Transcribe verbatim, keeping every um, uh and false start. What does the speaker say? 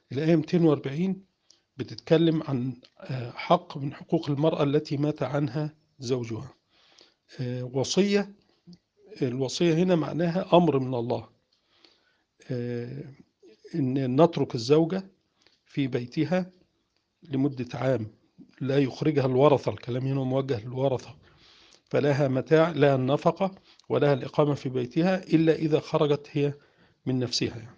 الآية مئتين وأربعين بتتكلم عن آه، حق من حقوق المرأة التي مات عنها زوجها. آه، وصية. الوصية هنا معناها أمر من الله، آه، إن نترك الزوجة في بيتها لمدة عام، لا يخرجها الورثة. الكلام هنا موجه للورثة. فلها متاع، لها النفقة ولها الإقامة في بيتها إلا إذا خرجت هي من نفسها يعني.